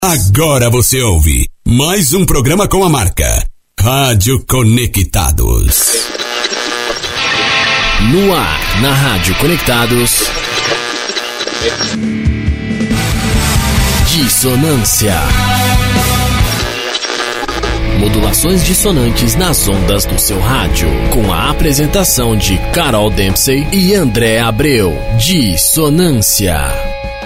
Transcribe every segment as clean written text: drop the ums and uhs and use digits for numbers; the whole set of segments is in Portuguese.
Agora você ouve mais um programa com a marca Rádio Conectados. No ar, na Rádio Conectados, Dissonância. Modulações dissonantes nas ondas do seu rádio, com a apresentação de Carol Dempsey e André Abreu. Dissonância.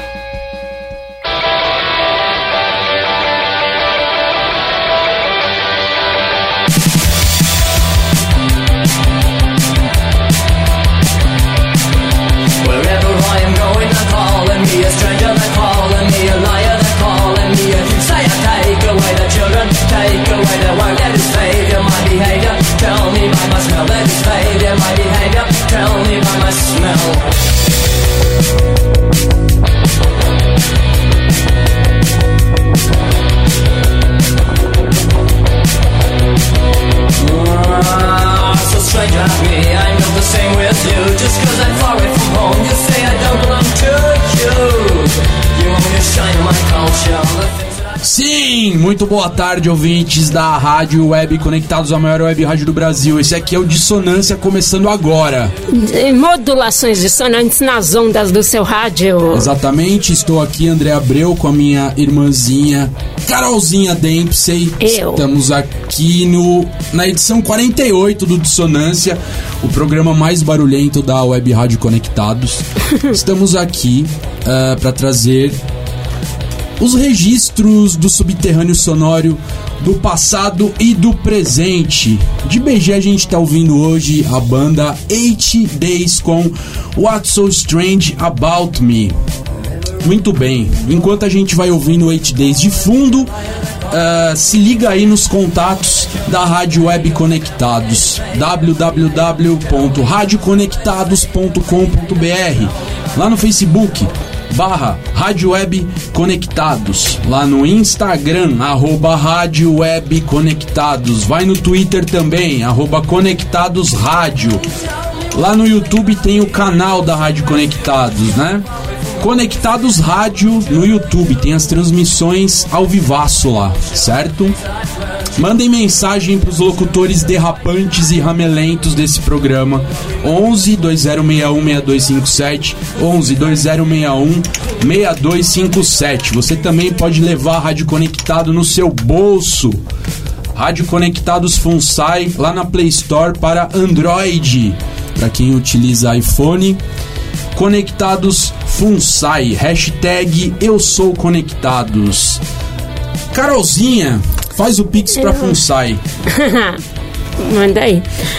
Sim, muito boa tarde, ouvintes da Rádio Web Conectados, a maior web rádio do Brasil. Esse aqui é o Dissonância, começando agora. Modulações dissonantes nas ondas do seu rádio. Exatamente, estou aqui, André Abreu, com a minha irmãzinha Carolzinha Dempsey. Estamos aqui na edição 48 do Dissonância, o programa mais barulhento da Web Rádio Conectados. Estamos aqui para trazer os registros do subterrâneo sonoro do passado e do presente. De BG a gente tá ouvindo hoje a banda 8 Days com What's So Strange About Me. Muito bem, enquanto a gente vai ouvindo 8 Days de fundo, se liga aí nos contatos da Rádio Web Conectados, www.radioconectados.com.br, lá no Facebook Rádio Web Conectados, lá no Instagram, Rádio Web Conectados, vai no Twitter também, Conectados Rádio, lá no YouTube tem o canal da Rádio Conectados, né? Conectados Rádio no YouTube, tem as transmissões ao vivaço lá, certo? Mandem mensagem para os locutores derrapantes e ramelentos desse programa, 11 2061 6257, 11 2061 6257. Você também pode levar a Rádio Conectado no seu bolso. Rádio Conectados Funsai, lá na Play Store para Android, para quem utiliza iPhone. Conectados Funsai, hashtag Eu Sou Conectados. Carolzinha, faz o Pix pra Funsai. Manda aí.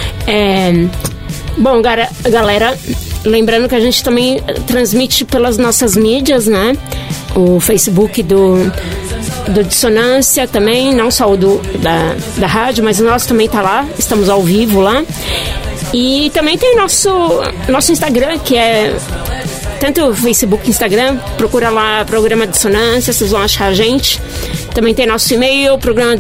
Bom, galera, lembrando que a gente também transmite pelas nossas mídias, né? O Facebook do Dissonância também, não só o da rádio, mas o nosso também tá lá, estamos ao vivo lá. E também tem nosso Instagram, que é tanto o Facebook e Instagram, procura lá Programa Dissonância, vocês vão achar a gente. Também tem nosso e-mail,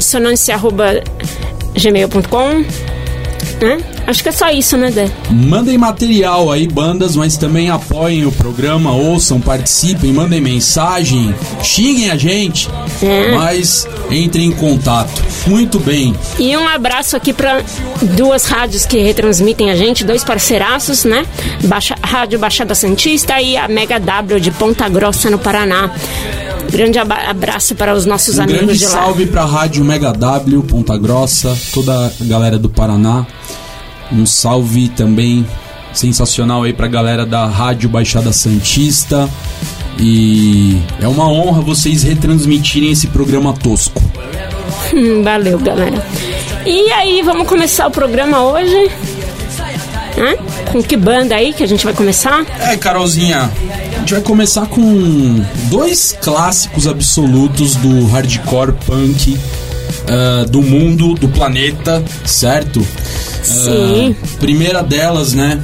programadissonância@gmail.com, né? Acho que é só isso, né, Dé? Mandem material aí, bandas, mas também apoiem o programa, ouçam, participem, mandem mensagem, xinguem a gente, mas entrem em contato. Muito bem. E um abraço aqui para duas rádios que retransmitem a gente, dois parceiraços, né? Rádio Baixada Santista e a Mega W de Ponta Grossa, no Paraná. Grande abraço para os nossos amigos de lá. Um grande salve para a Rádio Mega W, Ponta Grossa, toda a galera do Paraná. Um salve também sensacional aí pra galera da Rádio Baixada Santista. E é uma honra vocês retransmitirem esse programa tosco. Valeu, galera. E aí, vamos começar o programa hoje? Com que banda aí que a gente vai começar? Carolzinha, a gente vai começar com dois clássicos absolutos do hardcore punk do mundo, do planeta, certo? Sim. Primeira delas, né?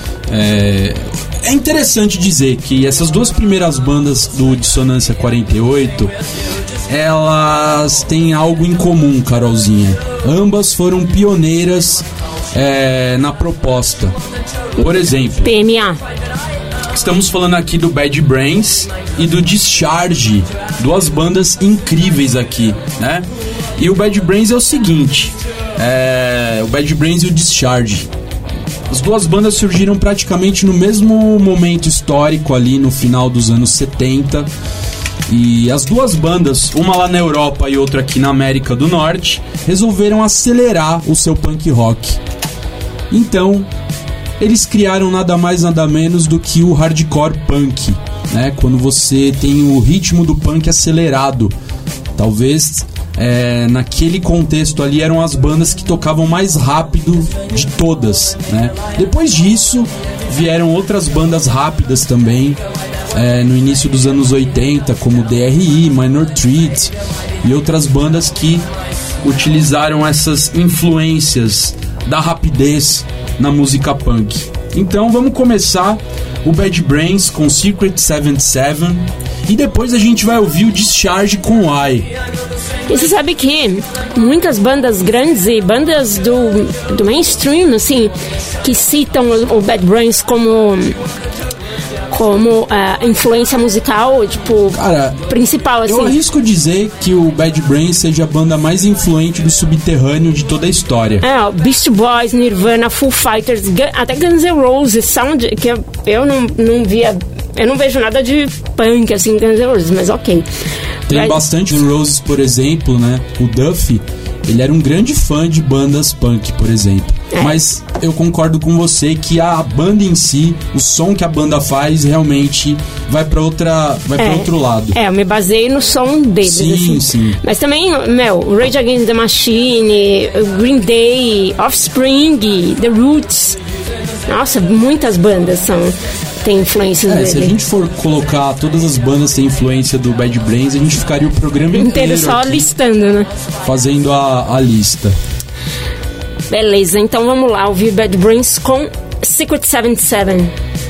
É interessante dizer que essas duas primeiras bandas do Dissonância 48, elas têm algo em comum, Carolzinha. Ambas foram pioneiras na proposta. Por exemplo, PMA. Estamos falando aqui do Bad Brains e do Discharge, duas bandas incríveis aqui, né? E o Bad Brains é o seguinte, o Bad Brains e o Discharge. As duas bandas surgiram praticamente no mesmo momento histórico ali no final dos anos 70. E as duas bandas, uma lá na Europa e outra aqui na América do Norte, resolveram acelerar o seu punk rock. Então, eles criaram nada mais nada menos do que o hardcore punk, né? Quando você tem o ritmo do punk acelerado. Talvez naquele contexto ali eram as bandas que tocavam mais rápido de todas, né? Depois disso vieram outras bandas rápidas também, no início dos anos 80, como DRI, Minor Threat e outras bandas que utilizaram essas influências da rapidez na música punk. Então vamos começar o Bad Brains com Secret 77 e depois a gente vai ouvir o Discharge com I. E você sabe que muitas bandas grandes e bandas do mainstream, assim, que citam o Bad Brains como influência musical, tipo, cara, principal, assim. Eu arrisco dizer que o Bad Brains seja a banda mais influente do subterrâneo de toda a história. Beast Boys, Nirvana, Foo Fighters, até Guns N' Roses, Sound, que eu não vejo nada de punk, assim, Guns N' Roses, mas ok. Tem bastante Guns N' Roses, por exemplo, né? O Duffy, ele era um grande fã de bandas punk, por exemplo. Mas eu concordo com você que a banda em si, o som que a banda faz, realmente vai para outro lado. Eu me baseei no som deles. Sim, assim. sim. Mas também, Rage Against the Machine, Green Day, Offspring, The Roots. Nossa, muitas bandas tem influências dele. Se a gente for colocar todas as bandas que têm influência do Bad Brains, a gente ficaria o programa inteiro só aqui, listando, né? Fazendo a lista. Beleza, então vamos lá ouvir Bad Brains com Secret 77.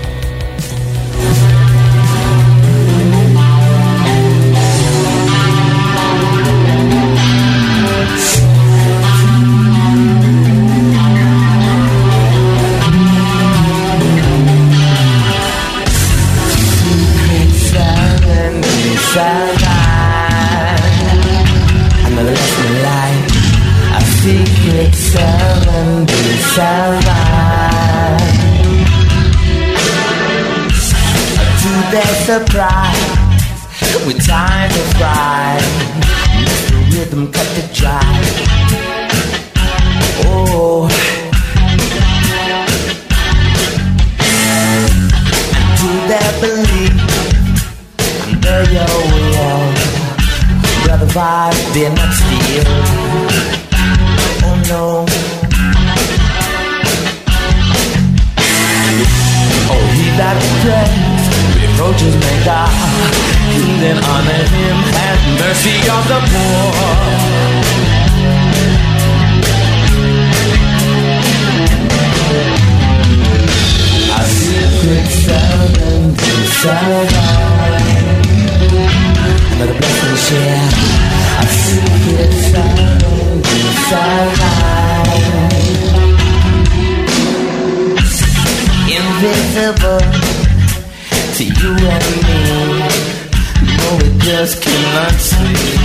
Surprise, with time to fly, the rhythm cut the jive. Oh, and do they believe under your will? Brother, vibe did not steal. Oh no. Oh, he got praise. Approaches may God, heathen honor him, have mercy on the poor. A secret 77, another blessing to share. A secret 77, invisible to you and me, no, we just cannot see.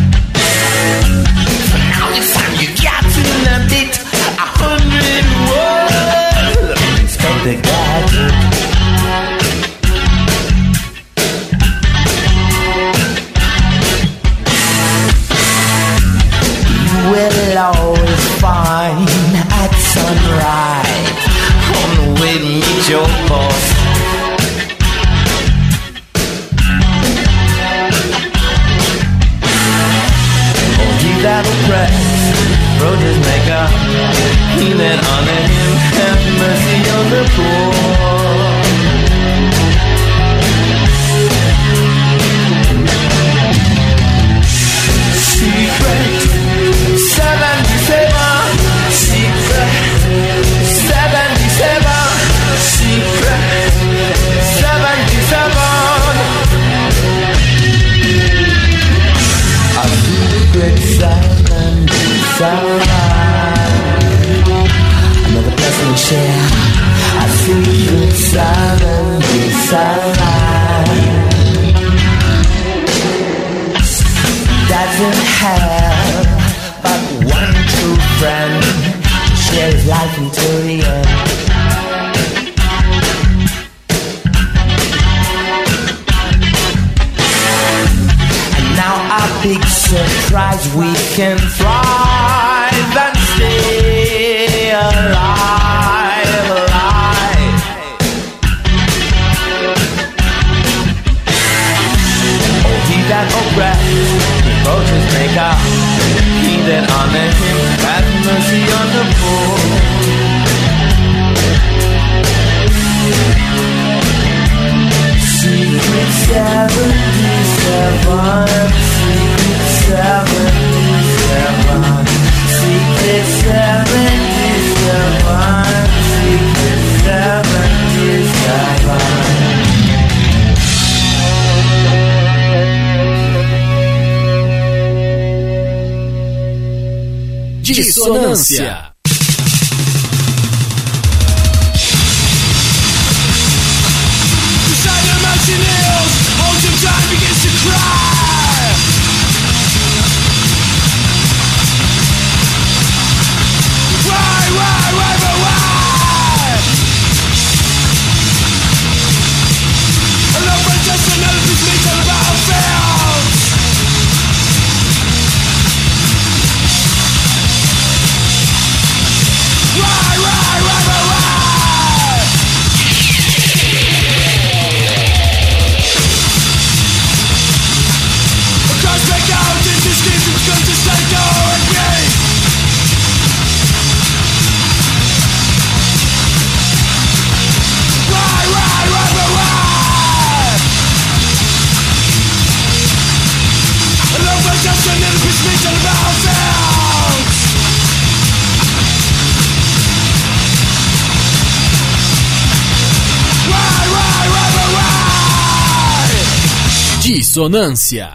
For now it's time you got to navigate 100 words. alive doesn't have but one true friend to share his life until the end. And now our big surprise, we can thrive and stay alive, alive. Oh, he that oppressed, reproaches make up. He that honor him, have mercy on the poor. Secret 77, Secret 77, Secret 77, Secret 77. Dissonância. Dissonância.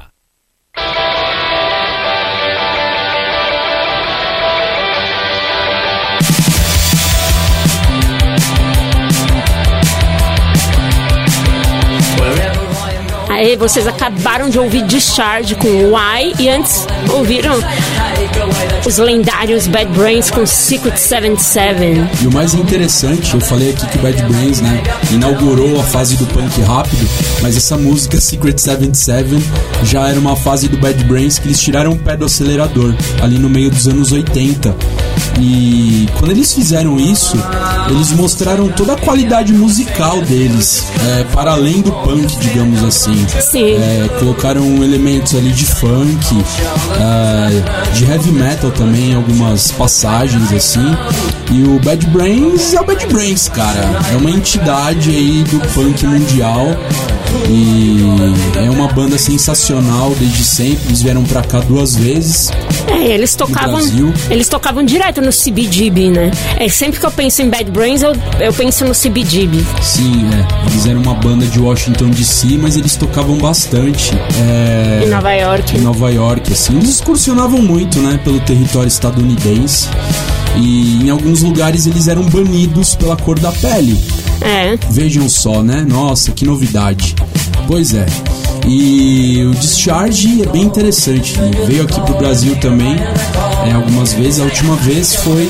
Aí vocês acabaram de ouvir Discharge com Why e antes ouviram os lendários Bad Brains com Secret 77. E o mais interessante, eu falei aqui que Bad Brains, né, inaugurou a fase do punk rápido, mas essa música Secret 77 já era uma fase do Bad Brains que eles tiraram o pé do acelerador ali no meio dos anos 80. E quando eles fizeram isso, eles mostraram toda a qualidade musical deles, para além do punk, digamos assim. Sim. Colocaram elementos ali de funk, de heavy metal também, algumas passagens assim. E o Bad Brains é o Bad Brains, cara. É uma entidade aí do punk mundial. E é uma banda sensacional desde sempre. Eles vieram pra cá 2 vezes. Eles tocavam direto no CBGB, né? Sempre que eu penso em Bad Brains, eu penso no CBGB. Sim, eles eram uma banda de Washington DC, mas eles tocavam bastante em Nova York. Em Nova York, assim. Eles excursionavam muito, né, pelo território estadunidense. E em alguns lugares eles eram banidos pela cor da pele. Vejam só, né? Nossa, que novidade. Pois é. E o Discharge é bem interessante, né? Veio aqui pro Brasil também algumas vezes. A última vez foi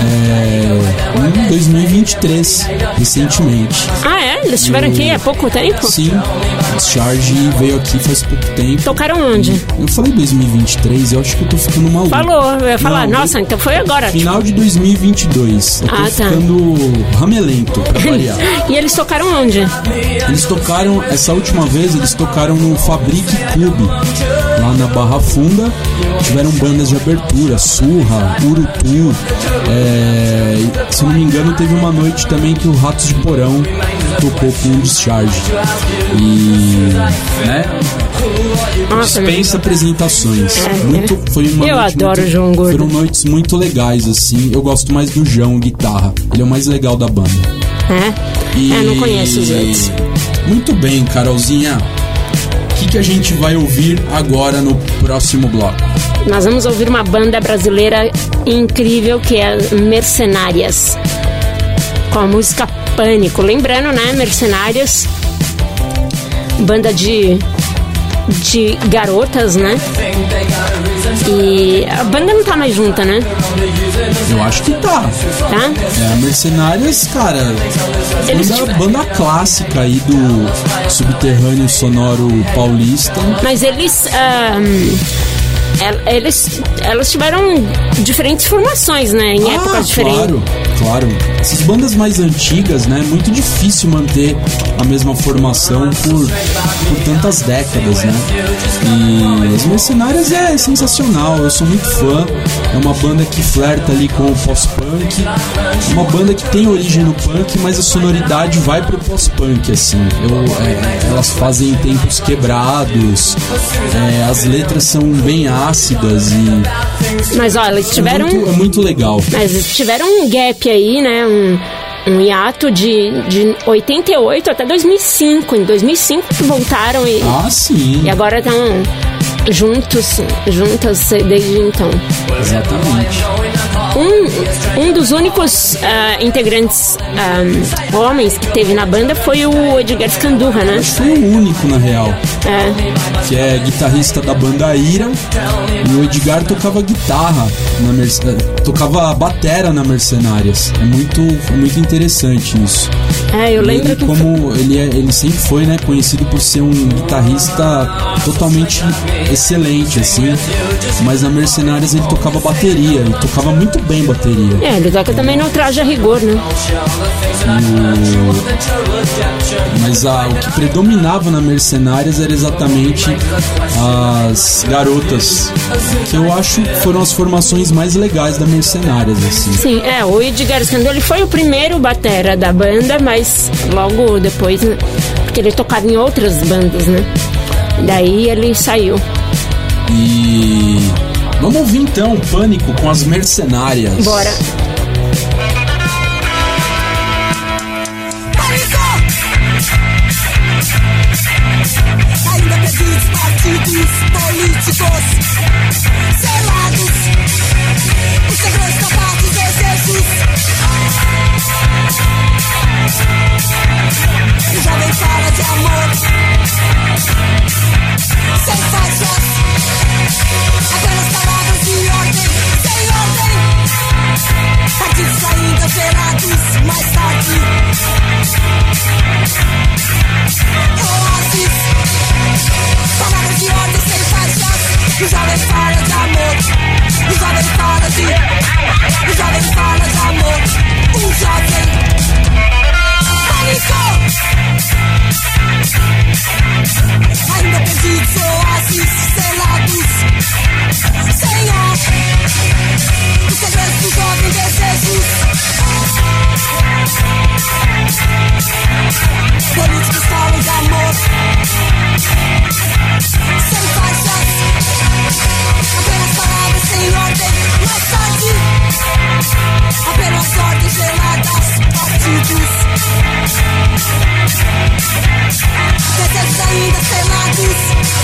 em 2023, recentemente. Eles estiveram aqui há pouco tempo? Sim, o Discharge veio aqui faz pouco tempo. Tocaram onde? Eu falei 2023, eu acho que eu tô ficando maluco. Eu ia falar, nossa, então foi agora. Final de 2022. Eu tô ficando ramelento, pra variar. E eles tocaram onde? Eles tocaram, essa última vez, eles tocaram no Fabrique Clube, lá na Barra Funda. Tiveram bandas de abertura, Surra, Urutu. Se eu não me engano, teve uma noite também que o Ratos de Porão tocou com o Discharge. E, né? Dispensa apresentações. Eu adoro o João Gordo. Foram noites muito legais, assim. Eu gosto mais do João, guitarra. Ele é o mais legal da banda. Não conheço os outros. Muito bem, Carolzinha. O que a gente vai ouvir agora no próximo bloco? Nós vamos ouvir uma banda brasileira incrível que é Mercenárias, com a música Pânico. Lembrando, né, Mercenárias banda de garotas, né? E a banda não tá mais junta, né? Eu acho que tá. Tá? A Mercenárias, cara, banda clássica aí do subterrâneo sonoro paulista. Mas elas tiveram diferentes formações, né? Em épocas diferentes. Claro. Essas bandas mais antigas, né? É muito difícil manter a mesma formação por tantas décadas, né? E as Mercenárias é sensacional, eu sou muito fã. É uma banda que flerta ali com o pós-punk. Uma banda que tem origem no punk, mas a sonoridade vai pro pós-punk, assim. Elas fazem tempos quebrados, as letras são bem ácidas e... Mas olha, eles tiveram... É muito legal. Mas eles tiveram um gap aí, né? Um hiato de 88 até 2005. Em 2005 voltaram e... sim. E agora estão juntas desde então. Exatamente. Um dos únicos integrantes homens que teve na banda foi o Edgar Scandurra, né? Acho que foi o único, na real. Que é guitarrista da banda Ira. E o Edgar tocava guitarra tocava batera na Mercenárias. É muito interessante isso. Eu lembro que... Como ele sempre foi, né, conhecido por ser um guitarrista totalmente excelente, assim. Mas na Mercenárias ele tocava bateria. Ele tocava muito bem bateria. Ele toca também no Traje a Rigor, né? Mas o que predominava na Mercenárias era exatamente as garotas, que eu acho que foram as formações mais legais da Mercenárias, assim. Sim, o Edgar Scandurra, ele foi o primeiro batera da banda, mas logo depois, né, porque ele tocava em outras bandas, né? Daí ele saiu. E vamos ouvir então o Pânico com as Mercenárias. Bora. Ainda perdidos partidos políticos selados, os segredos da paz e desejos. O jovem fala de amor sem faixas, apenas palavras de ordem, sem ordem. Partidos ainda gelados, mais tarde oásis, palavras de ordem sem faixas. O jovem fala de amor, o jovem fala de amor. O jovem pânico. Ainda perdidos, oásis selados, sem ar, os segredos do jovem desejos. Políticos falam de amor sem faixas, apenas palavras sem ordem. Mais tarde, apenas ordens geladas, partidos, desejos ainda selados.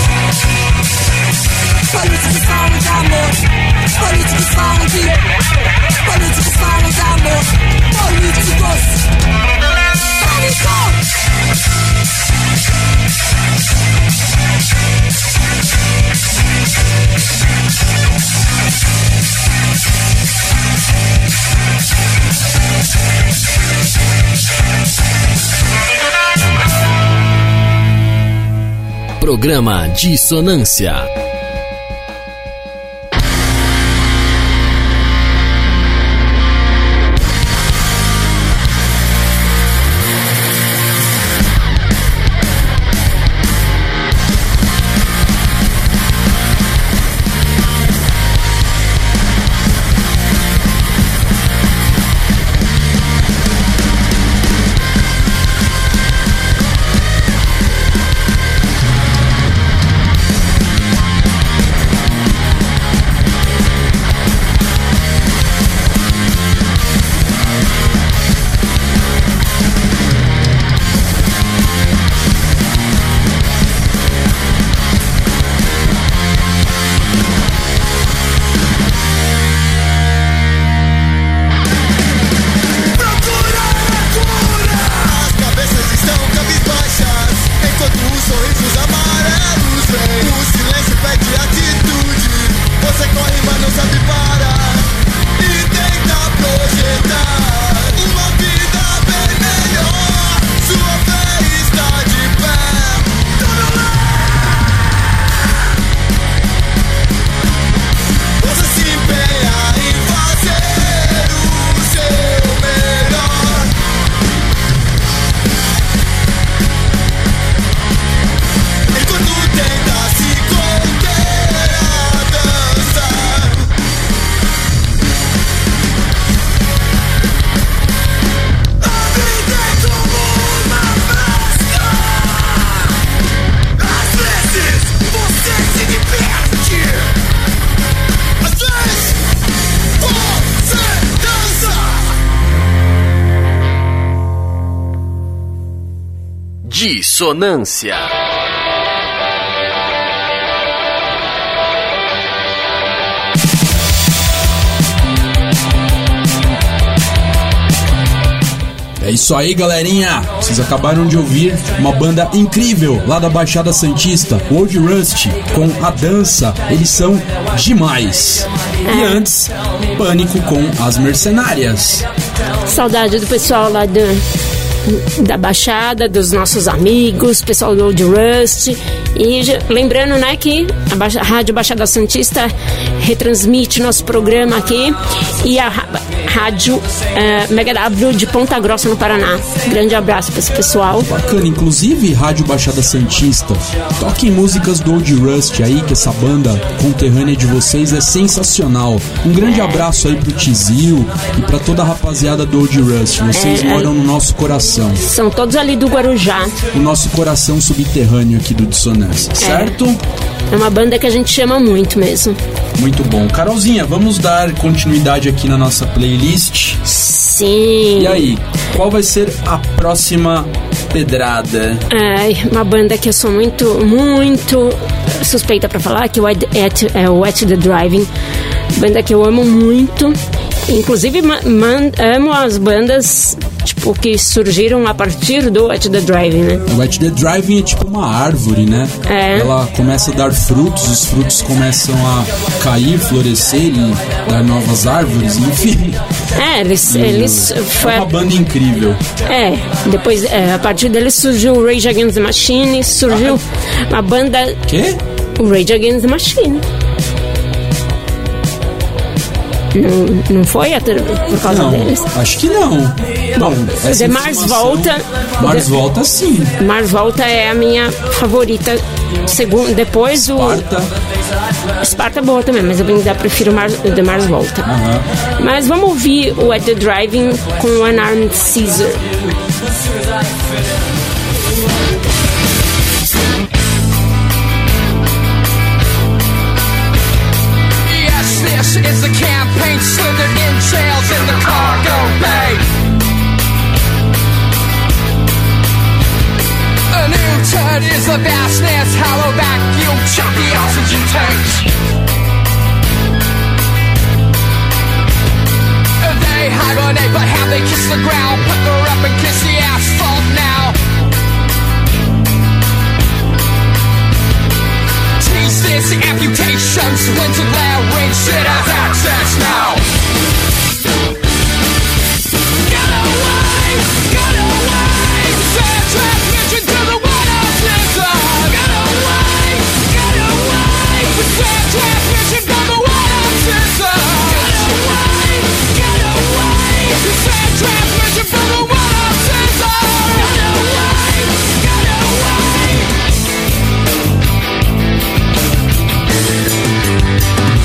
Políticos falam de amor, políticos falam de amor, políticos. Pânico! Programa Dissonância. Os sorrisos amarelos vêm, o silêncio pede atitude. Você corre, mas não sabe parar e tenta projetar uma vida bem melhor. Sua fé está de pé. Tudo lá. Você se empenha em fazer o seu melhor. Enquanto tenta se conter a dança. A vida é como uma festa. Às vezes você se diverte, às vezes você dança. Dissonância. É isso aí, galerinha. Vocês acabaram de ouvir uma banda incrível lá da Baixada Santista, Old Rust, com a dança. Eles são demais. E antes, Pânico com As Mercenárias. Saudade do pessoal lá da Baixada, dos nossos amigos, pessoal do Old Rust. E lembrando, né, que a Rádio Baixada Santista retransmite nosso programa aqui, e a Rádio Mega W de Ponta Grossa, no Paraná. Grande abraço para esse pessoal. Bacana, inclusive Rádio Baixada Santista, toquem músicas do Old Rust aí, que essa banda conterrânea de vocês é sensacional. Um grande abraço aí pro Tizil e pra toda a rapaziada do Old Rust. Vocês moram no nosso coração. São todos ali do Guarujá. O nosso coração subterrâneo aqui do Dissonância, certo? É uma banda que a gente chama muito mesmo. Muito bom. Carolzinha, vamos dar continuidade aqui na nossa playlist? Sim. E aí, qual vai ser a próxima pedrada? Uma banda que eu sou muito suspeita pra falar, que é o At The Driving. Banda que eu amo muito. Inclusive, amo as bandas tipo que surgiram a partir do At The Driving, né? O At The Driving é tipo uma árvore, né? Ela começa a dar frutos, os frutos começam a cair, florescer e dar novas árvores, enfim. Foi uma banda incrível. Depois, a partir deles surgiu o Rage Against the Machine, surgiu uma banda... Quê? O Rage Against the Machine. Não foi por causa deles? Acho que não. Bom, The Mars Volta. Mars Volta, sim. Mars Volta é a minha favorita. Depois o Sparta é boa também, mas eu ainda prefiro The Mars Volta. Mas vamos ouvir o At The Driving com o Unarmed Caesar. This is the campaign slithered in jails in the cargo bay. A new turd is the vastness, hollow vacuum, choppy oxygen tanks. They hibernate, but how they kiss the ground, pucker up and kiss the asphalt now. This amputations, winter glare, ring shit has access now. Get away, send transmission to the water system. Get away, send transmission from the water system. Get away, send transmission from the water system. Get away.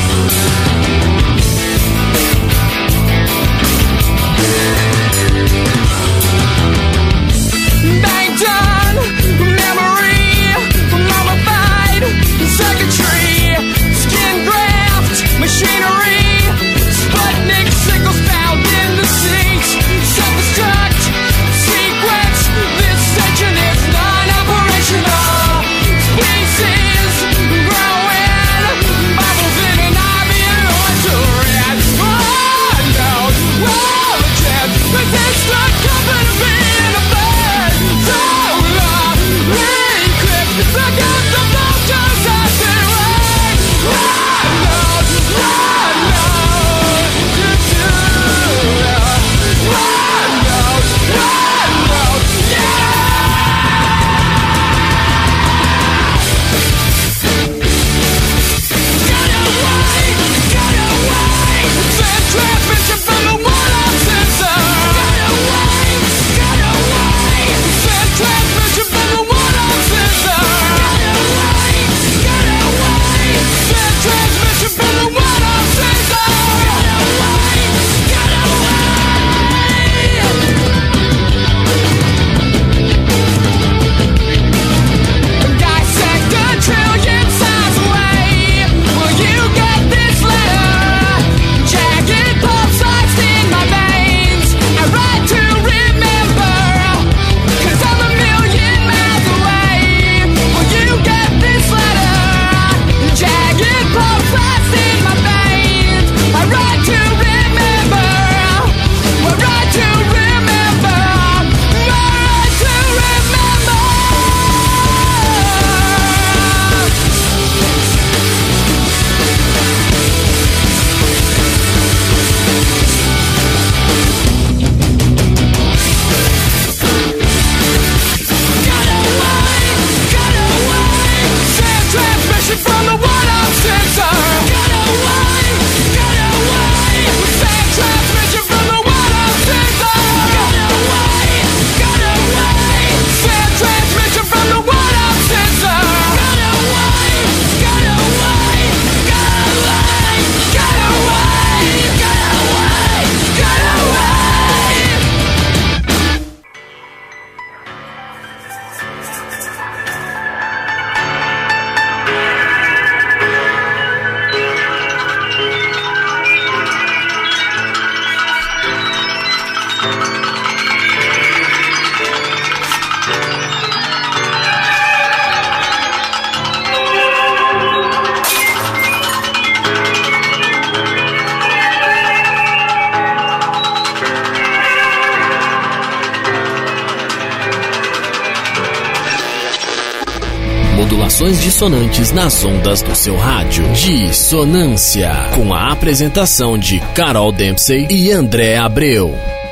Modulações dissonantes nas ondas do seu rádio. Dissonância, com a apresentação de Carol Dempsey e André Abreu.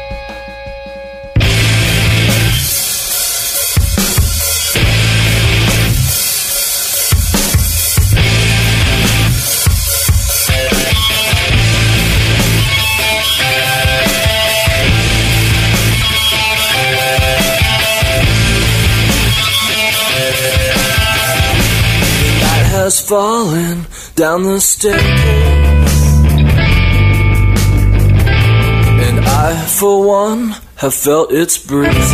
Has fallen down the staircase, and I, for one, have felt its breezes.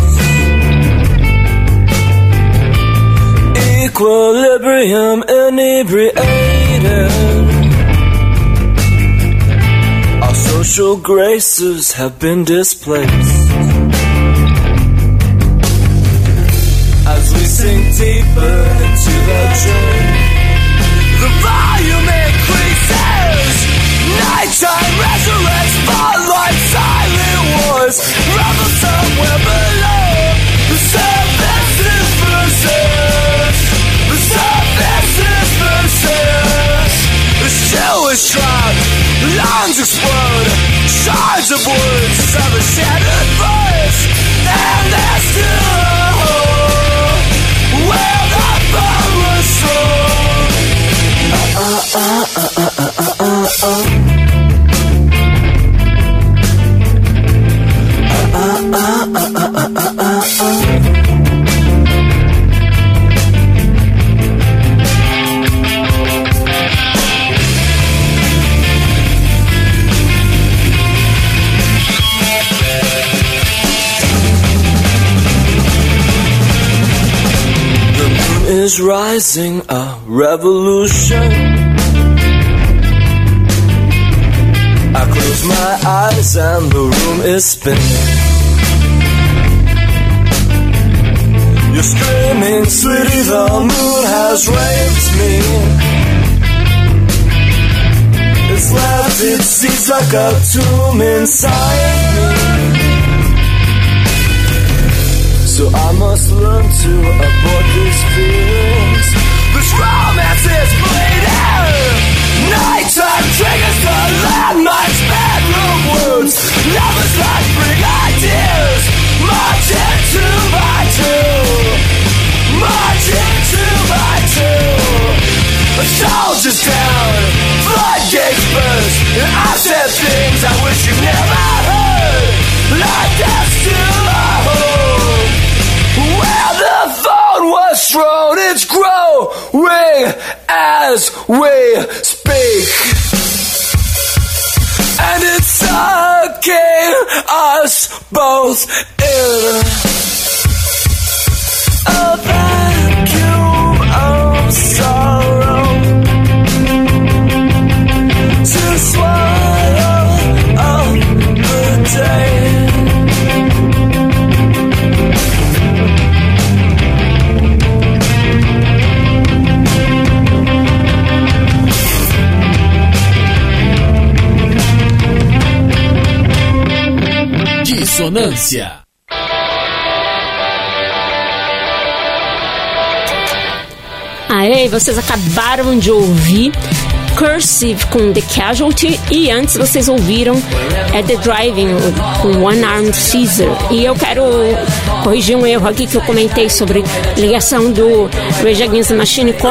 Equilibrium inebriated, our social graces have been displaced. As we sink deeper into the dream, the volume increases. Nighttime resurrects, spotlight, silent wars, rumble somewhere below. The surface is versus, the surface is versus. The chill is trapped, lungs explode, shards of words of a shattered voice, and there's still a hole where the bone was strong. Is rising a revolution. I close my eyes and the room is spinning. You're screaming, sweetie, the moon has raped me. It's left its seeds like a tomb inside me. So I must learn to abort these feelings. This romance is bleeding. Nighttime triggers the landmines, bedroom wounds. Lovers like bring ideas. Marching two by two. Marching two by two. Soldiers down, floodgates burst, and I said things I wish you never heard. Like there's still a hope where the phone was thrown. It's growing as we speak, and it's sucking us both in a vacuum of sorrow to swallow up the day. Dissonância. Aê, vocês acabaram de ouvir Cursive com The Casualty e antes vocês ouviram The Driving com One Armed Caesar. E eu quero corrigir um erro aqui que eu comentei sobre ligação do Rage Against the Machine com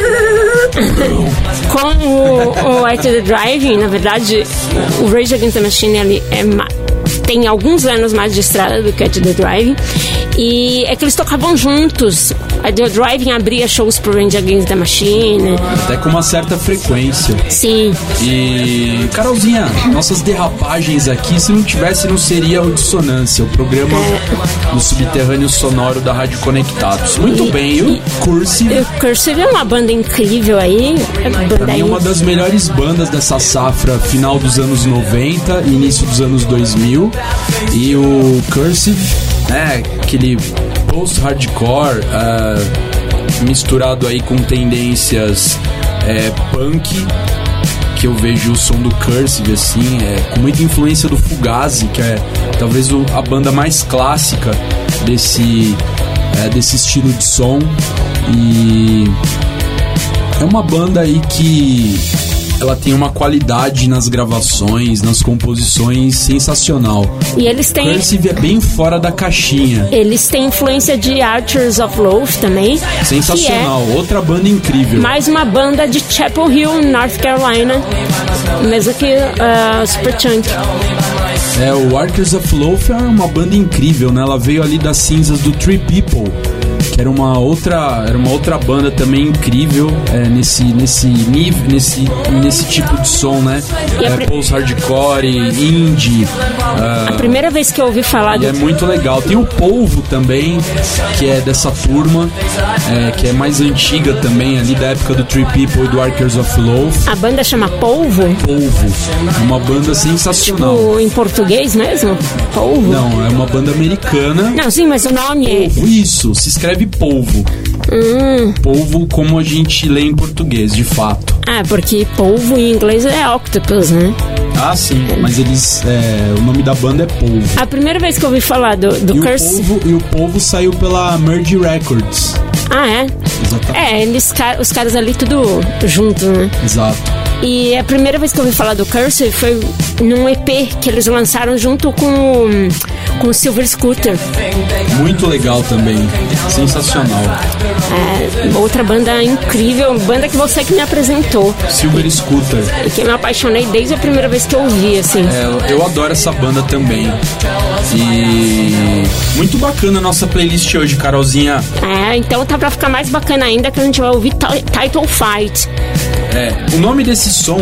o At The Driving. Na verdade, o Rage Against the Machine ele tem alguns anos mais de estrada do que At The Driving. E é que eles tocavam juntos. A The Driving abria shows pro Rage Against the Machine. Até com uma certa frequência. Sim. E, Carolzinha, nossas derrapagens aqui, se não tivesse, não seria o Dissonância, o programa do subterrâneo sonoro da Rádio Conectados. Muito bem, o Cursive. O Cursive é uma banda incrível aí. Pra mim é uma das melhores bandas dessa safra final dos anos 90 e início dos anos 2000. E o Cursive, né, aquele post-hardcore misturado aí com tendências punk, que eu vejo o som do Cursive assim, com muita influência do Fugazi, que é talvez a banda mais clássica desse estilo de som. E é uma banda aí que ela tem uma qualidade nas gravações, nas composições sensacional. E eles têm... Cursive é bem fora da caixinha. Eles têm influência de Archers of Loaf também. Sensacional, outra banda incrível. Mais uma banda de Chapel Hill, North Carolina. Mesmo que Superchunk. O Archers of Loaf é uma banda incrível, né? Ela veio ali das cinzas do Three People, que era uma outra banda também incrível nesse tipo de som, né? Post-hardcore, indie. A primeira vez que eu ouvi falar é muito legal. Tem o Polvo também, que é dessa turma, que é mais antiga também, ali da época do Three People e do Archers of Loaf. A banda chama Polvo? Polvo. É uma banda sensacional. Tipo, em português mesmo? Polvo? Não, é uma banda americana. Não, sim, mas o nome Polvo, isso, se escreve polvo. Polvo como a gente lê em português, de fato. Porque polvo em inglês é octopus, né? Ah, sim, mas o nome da banda é Polvo. A primeira vez que eu ouvi falar do Curse... E o Polvo saiu pela Merge Records. Ah, é? Exatamente. Os caras ali tudo junto, né? Exato. E a primeira vez que eu ouvi falar do Curse foi num EP que eles lançaram junto com o Silver Scooter. Muito legal também, sensacional. Outra banda incrível, banda que você que me apresentou. Silver Scooter. E que eu me apaixonei desde a primeira vez que eu ouvi, assim. Eu adoro essa banda também. E muito bacana a nossa playlist hoje, Carolzinha. Então tá pra ficar mais bacana ainda que a gente vai ouvir Title Fight. O nome desse som,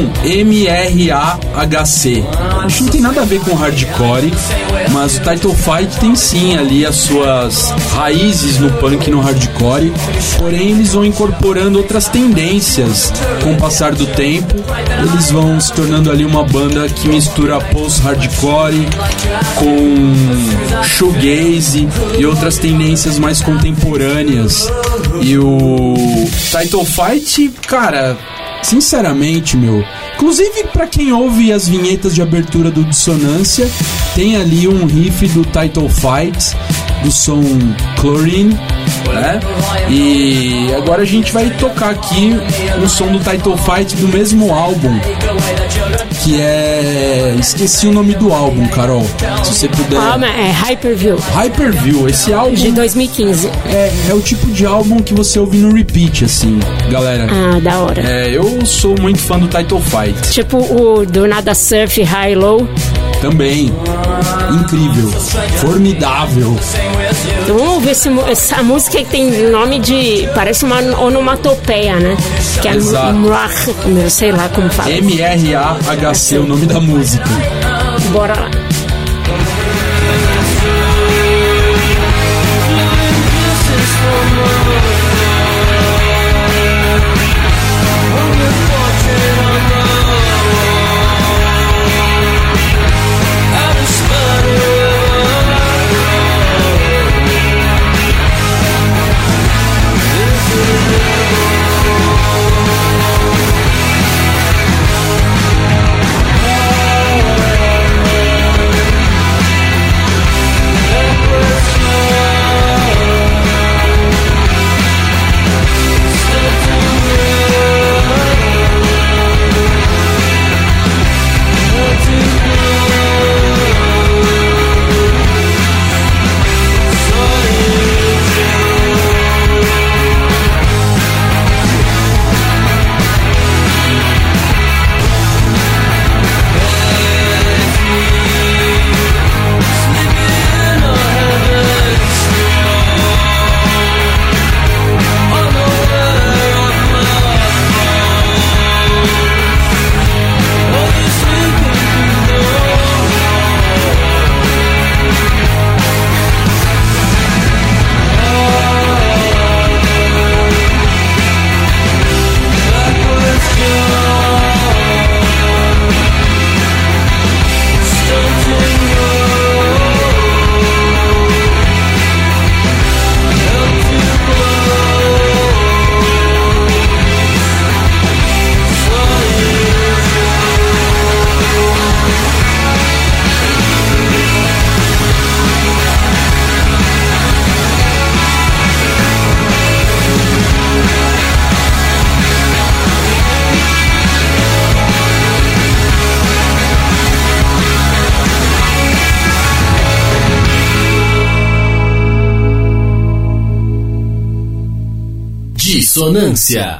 MRAHC. Isso não tem nada a ver com hardcore, mas o Title Fight tem sim ali as suas raízes no punk e no hardcore, porém eles vão incorporando outras tendências com o passar do tempo. Eles vão se tornando ali uma banda que mistura post-hardcore com shoegaze e outras tendências mais contemporâneas. E o Title Fight, cara, sinceramente, inclusive pra quem ouve as vinhetas de abertura do Dissonância, tem ali um riff do Title Fight, do som Chlorine, né? E agora a gente vai tocar aqui um som do Title Fight do mesmo álbum, que é... esqueci o nome do álbum, Carol, se você puder... É Hyperview. Hyperview, esse álbum... De 2015. É o tipo de álbum que você ouve no repeat, assim, galera. Da hora. Eu sou muito fã do Title Fight. Tipo o do Nada Surf, High Low. Também. Incrível. Formidável. Então vamos ver essa música que tem nome de... Parece uma onomatopeia, né? Que é Mrach, sei lá como fala. MRAHC, o nome da música. Bora lá. Dissonância.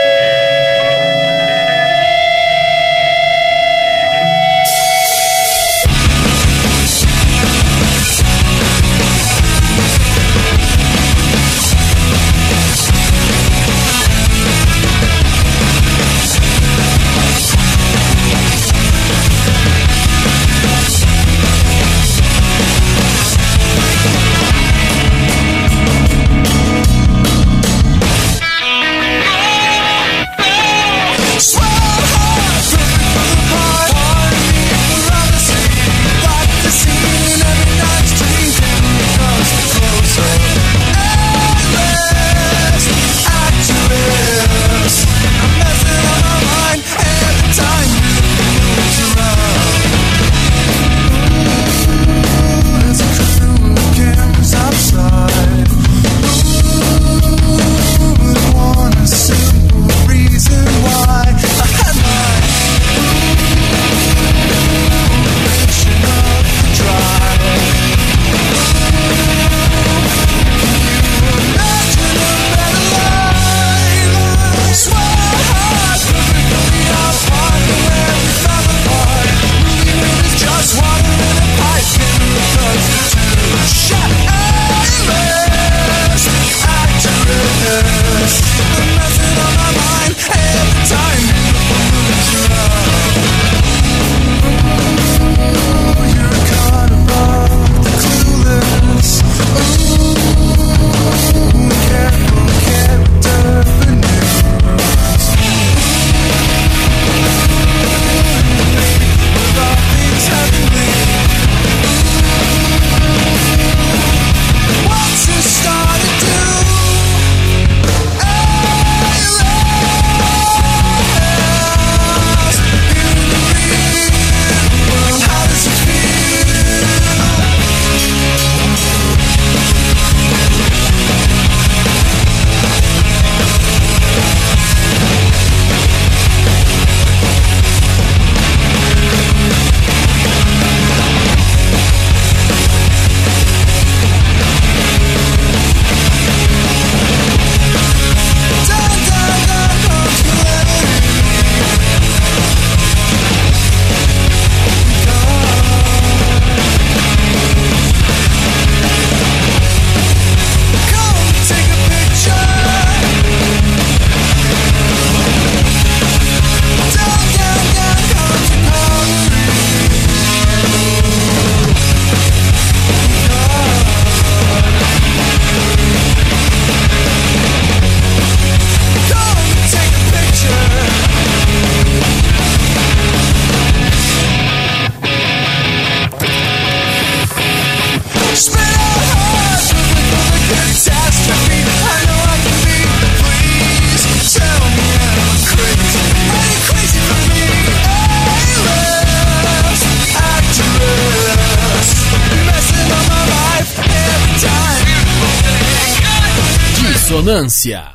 Dissonância.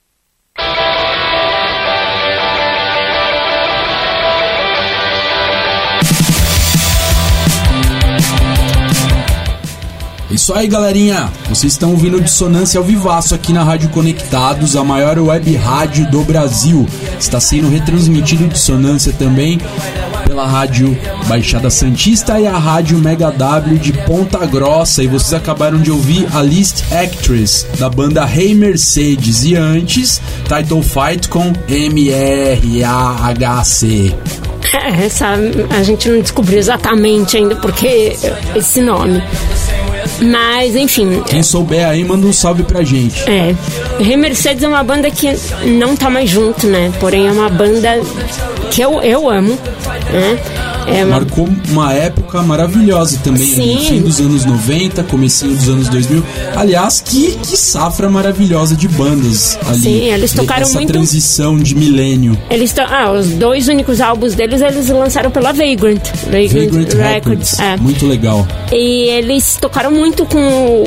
Isso aí, galerinha, vocês estão ouvindo Dissonância ao vivaço aqui na Rádio Conectados, a maior web rádio do Brasil. Está sendo retransmitido Dissonância também pela Rádio Baixada Santista e a Rádio Mega W de Ponta Grossa. E vocês acabaram de ouvir a List Actress da banda Hey Mercedes e antes Title Fight com M-R-A-H-C. Essa a gente não descobriu exatamente ainda porque esse nome. Mas, enfim... Quem souber aí, manda um salve pra gente. Hey Mercedes é uma banda que não tá mais junto, né? Porém, é uma banda que eu amo, né? Marcou uma época maravilhosa também, no fim dos anos 90, comecinho dos anos 2000. Aliás, que safra maravilhosa de bandas ali. Sim, eles tocaram essa muito... transição de milênio. Os dois únicos álbuns deles, eles lançaram pela Vagrant Records. Muito legal. E eles tocaram muito com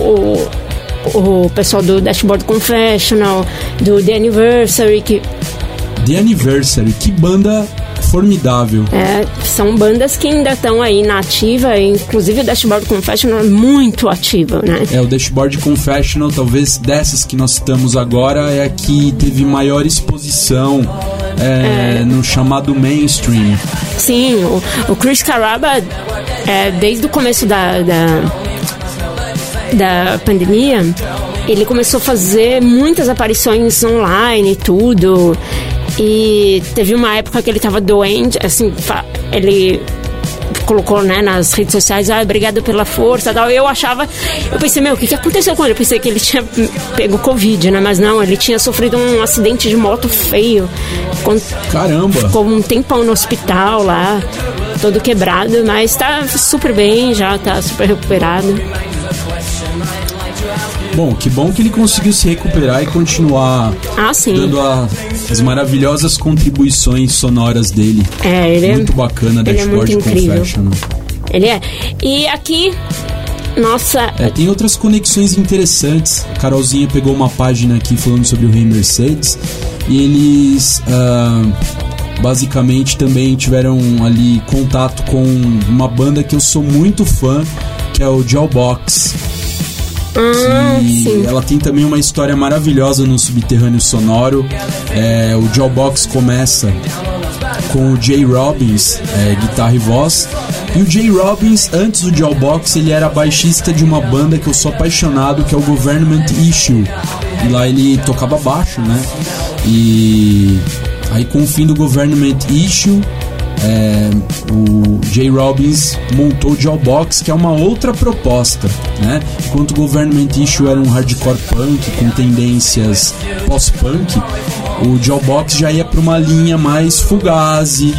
o pessoal do Dashboard Confessional, do The Anniversary. The Anniversary, que banda formidável. São bandas que ainda estão aí na ativa, inclusive o Dashboard Confessional é muito ativa, né? O Dashboard Confessional, talvez dessas que nós citamos agora, é a que teve maior exposição no chamado mainstream. Sim, o Chris Carrabba, desde o começo da pandemia, ele começou a fazer muitas aparições online e tudo. E teve uma época que ele tava doente, assim, ele colocou, né, nas redes sociais, obrigado pela força e tal. Eu pensei, o que aconteceu com ele? Eu pensei que ele tinha pego Covid, né? Mas não, ele tinha sofrido um acidente de moto feio. Caramba! Ficou um tempão no hospital lá, todo quebrado, mas tá super bem, já tá super recuperado. Bom que ele conseguiu se recuperar e continuar dando as maravilhosas contribuições sonoras dele. Ele muito bacana, Dashboard Confessional. Ele é. E aqui, nossa... tem outras conexões interessantes. A Carolzinha pegou uma página aqui falando sobre o Rei Mercedes e eles... basicamente também tiveram ali contato com uma banda que eu sou muito fã, que é o Jawbox. Sim. Ela tem também uma história maravilhosa no subterrâneo sonoro. O Jawbox começa com o Jay Robbins, guitarra e voz. E o Jay Robbins, antes do Jawbox, ele era baixista de uma banda que eu sou apaixonado, que é o Government Issue. E lá ele tocava baixo, né? E aí, com o fim do Government Issue, o Jay Robbins montou o Jawbox, que é uma outra proposta, né? Enquanto o Government Issue era um hardcore punk com tendências pós-punk, o Jawbox já ia para uma linha mais fugazi,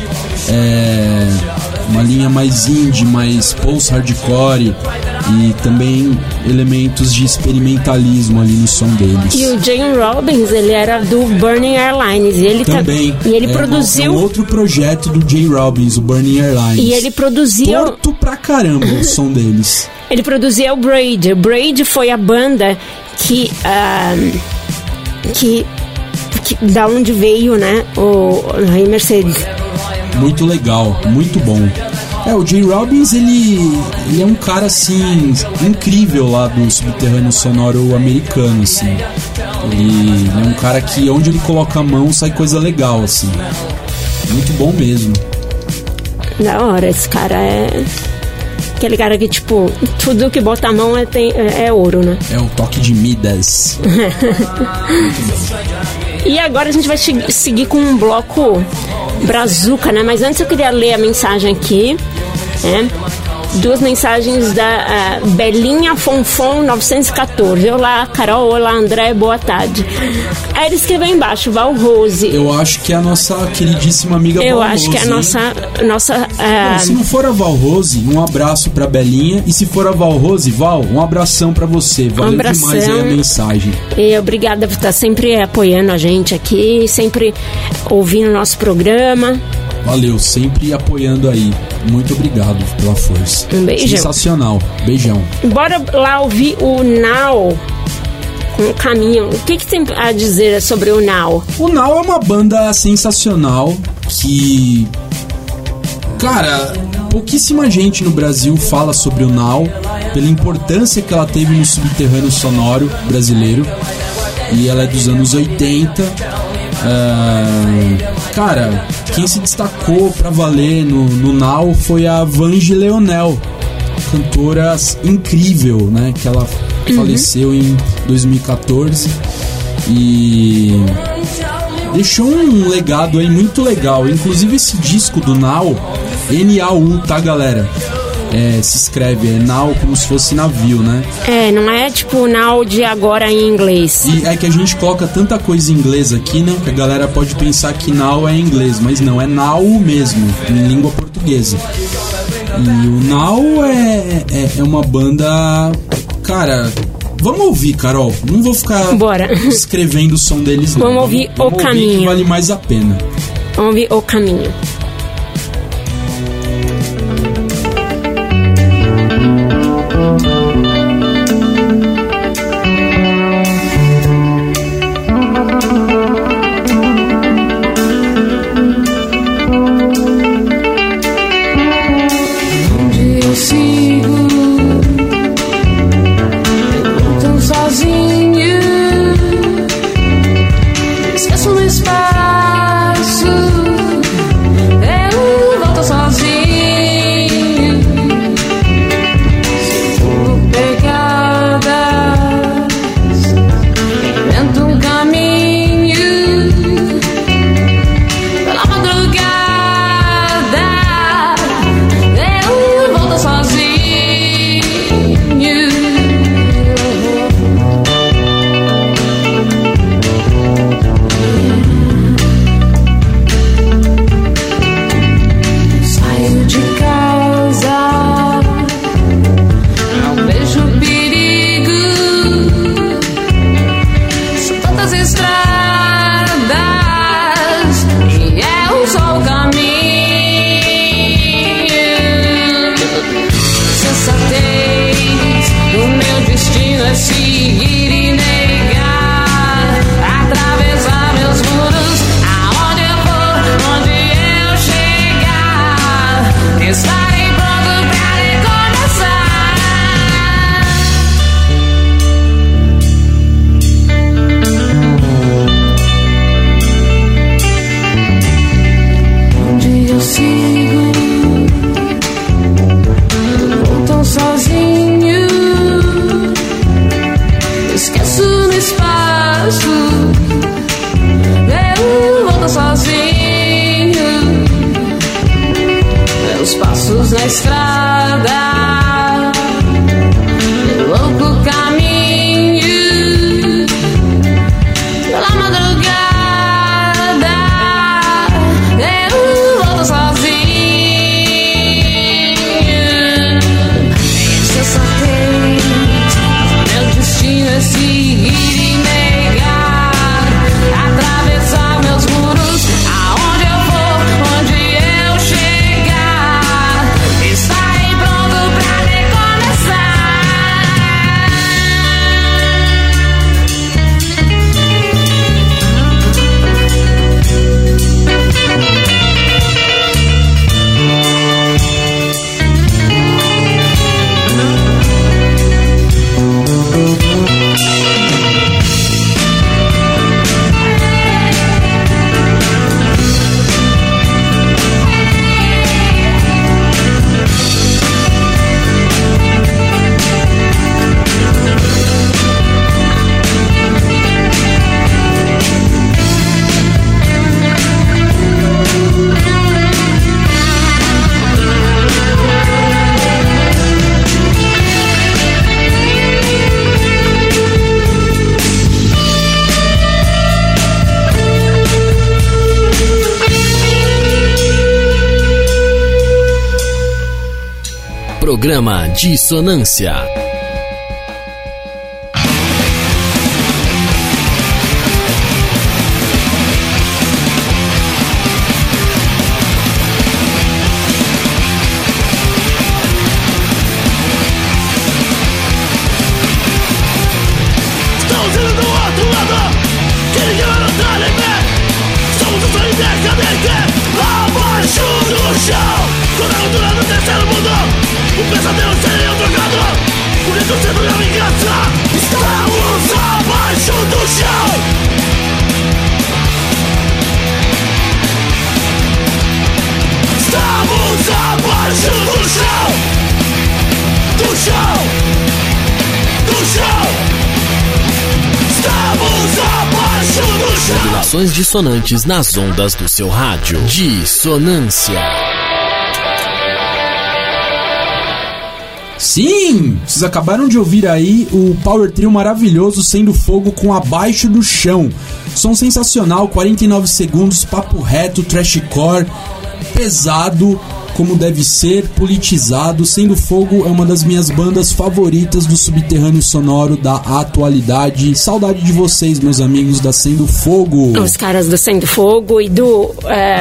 uma linha mais indie, mais post-hardcore e também elementos de experimentalismo ali no som deles. E o Jay Robbins, ele era do Burning Airlines e ele também. E ele produziu um outro projeto do Jay Robbins, o Burning Airlines. E ele produziu torto pra caramba o som deles. Ele produzia o Braid. O Braid foi a banda que da onde veio, né, o Rei Mercedes. Muito legal, muito bom. O Jay Robbins, ele é um cara, assim, incrível lá do subterrâneo sonoro americano, assim. Ele é um cara que, onde ele coloca a mão, sai coisa legal, assim. Muito bom mesmo. Da hora, esse cara é... Aquele cara que, tipo, tudo que bota a mão é ouro, né? É um toque de Midas. Muito bom. E agora a gente vai seguir com um bloco brazuca, né? Mas antes eu queria ler a mensagem aqui, né? Duas mensagens da Belinha Fonfon 914. Olá, Carol. Olá, André. Boa tarde. Aí ele escreveu embaixo, Val Rose. Eu acho que é a nossa queridíssima amiga Val Rose. Eu acho que é a nossa Bom, se não for a Val Rose, um abraço pra Belinha. E se for a Val Rose, Val, um abração pra você. Valeu demais aí a mensagem. E obrigada por estar sempre apoiando a gente aqui, sempre ouvindo o nosso programa. Valeu, sempre apoiando aí. Muito obrigado pela força. Um beijão. Sensacional. Beijão. Bora lá ouvir o Now com o Caminho. O que tem a dizer sobre o Now? O Now é uma banda sensacional que... Cara, pouquíssima gente no Brasil fala sobre o Now, pela importância que ela teve no subterrâneo sonoro brasileiro. E ela é dos anos 80. Cara, quem se destacou pra valer no Now foi a Vange Leonel, cantora incrível, né? Que ela faleceu em 2014 e deixou um legado aí muito legal. Inclusive esse disco do Now, N-A-U, tá, galera? Se escreve Now como se fosse navio, né? Não é tipo Now de agora em inglês. E é que a gente coloca tanta coisa em inglês aqui, né? Que a galera pode pensar que Now é em inglês, mas não, é Now mesmo, em língua portuguesa. E o Now é uma banda... Cara, vamos ouvir, Carol. Não vou ficar escrevendo o som deles, não. Vamos ouvir O Caminho. Que vale mais a pena. Vamos ouvir O Caminho. Programa Dissonância. Modulações dissonantes nas ondas do seu rádio. Dissonância. Sim, vocês acabaram de ouvir aí o Power Trio maravilhoso Sendo Fogo com Abaixo do Chão. Som sensacional, 49 segundos, papo reto, trashcore, pesado, como deve ser, politizado. Sendo Fogo é uma das minhas bandas favoritas do subterrâneo sonoro da atualidade. Saudade de vocês, meus amigos da Sendo Fogo. Os caras do Sendo Fogo e do...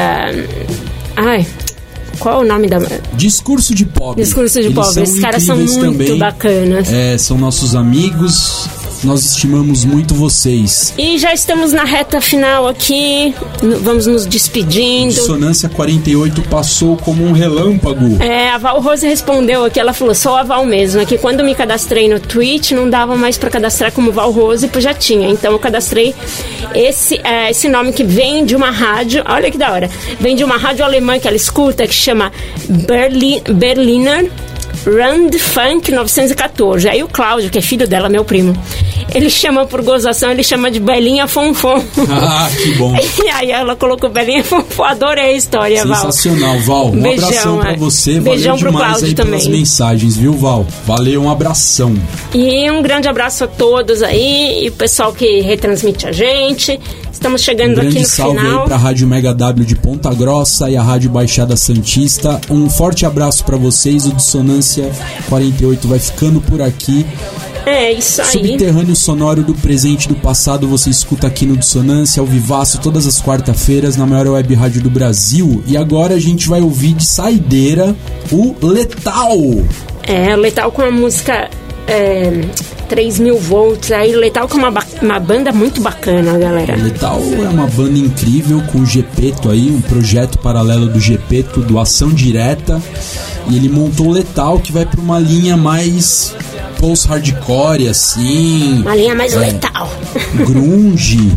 qual é o nome da... Discurso de Pobre. Discurso de Pobre. Esses caras são muito também bacanas. São nossos amigos. Nós estimamos muito vocês. E já estamos na reta final aqui. Vamos nos despedindo. Dissonância 48 passou como um relâmpago. A Val Rose respondeu aqui. Ela falou, sou a Val mesmo. É que quando me cadastrei no Twitch, não dava mais pra cadastrar como Val Rose, pois já tinha. Então eu cadastrei esse nome que vem de uma rádio. Olha que da hora. Vem de uma rádio alemã que ela escuta, que chama Berliner Rundfunk 914. Aí o Cláudio, que é filho dela, meu primo, ele chama por gozação, ele chama de Belinha Fonfon. Ah, que bom. E aí ela colocou Belinha Fonfon. Adorei a história, Val. Sensacional, Val. Um beijão, abração pra você. Beijão Valeu demais pro aí também. Pelas mensagens, viu, Val? Valeu, um abração. E um grande abraço a todos aí e o pessoal que retransmite a gente. Estamos chegando aqui no final. Um grande salve aí pra Rádio Mega W de Ponta Grossa e a Rádio Baixada Santista. Um forte abraço pra vocês. O Dissonância 48 vai ficando por aqui. É isso aí. Subterrâneo sonoro do presente e do passado você escuta aqui no Dissonância, ao vivaço, todas as quarta-feiras, na maior web rádio do Brasil. E agora a gente vai ouvir de saideira o Letal. Letal com a música 3.000 volts. Aí Letal com uma banda muito bacana, galera. Letal é uma banda incrível com o Gepeto aí, um projeto paralelo do Gepeto, do Ação Direta. E ele montou o Letal, que vai pra uma linha mais post-hardcore, assim. Uma linha mais letal. Grunge.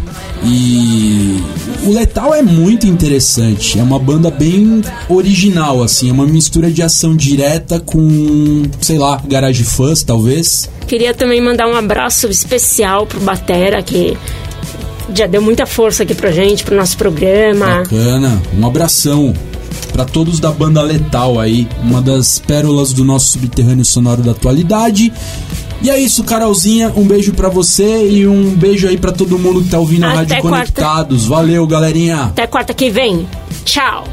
E o Letal é muito interessante. É uma banda bem original, assim. É uma mistura de Ação Direta com, sei lá, Garage Fuzz, talvez. Queria também mandar um abraço especial pro Batera, que já deu muita força aqui pra gente, pro nosso programa. Bacana. Um abração para todos da banda Letal aí, uma das pérolas do nosso subterrâneo sonoro da atualidade. E é isso, Carolzinha, um beijo pra você e um beijo aí pra todo mundo que tá ouvindo a Rádio Conectados. Valeu, galerinha. Até quarta que vem. Tchau.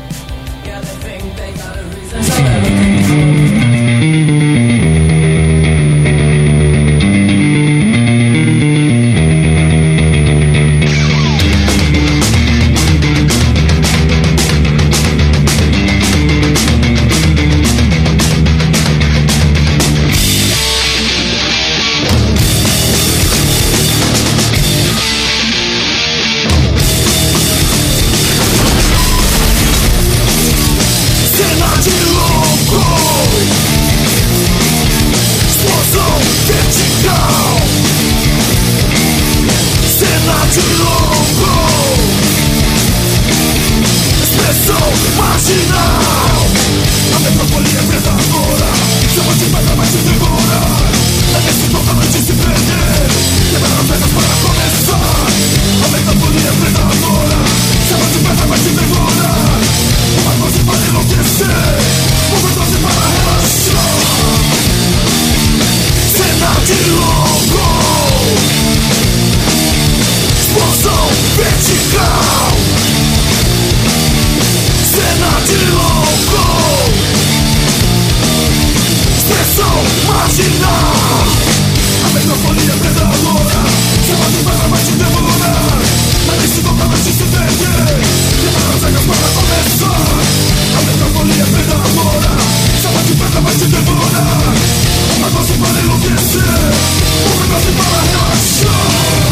imaginar. A metrofonia predadora, chama de pedra vai te devorar. Na decisão pra te se perder, prepara as regras para começar. A metrofonia predadora, chama de pedra vai te devorar. Uma dose para enlouquecer, uma dose para relaxar.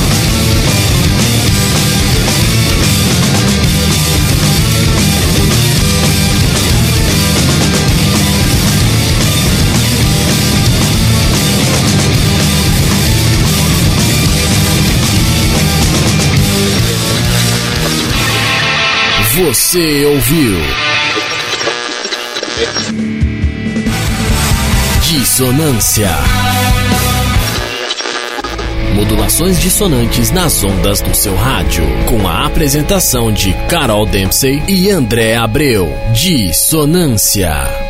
Você ouviu Dissonância. Modulações dissonantes nas ondas do seu rádio, com a apresentação de Carol Dempsey e André Abreu. Dissonância.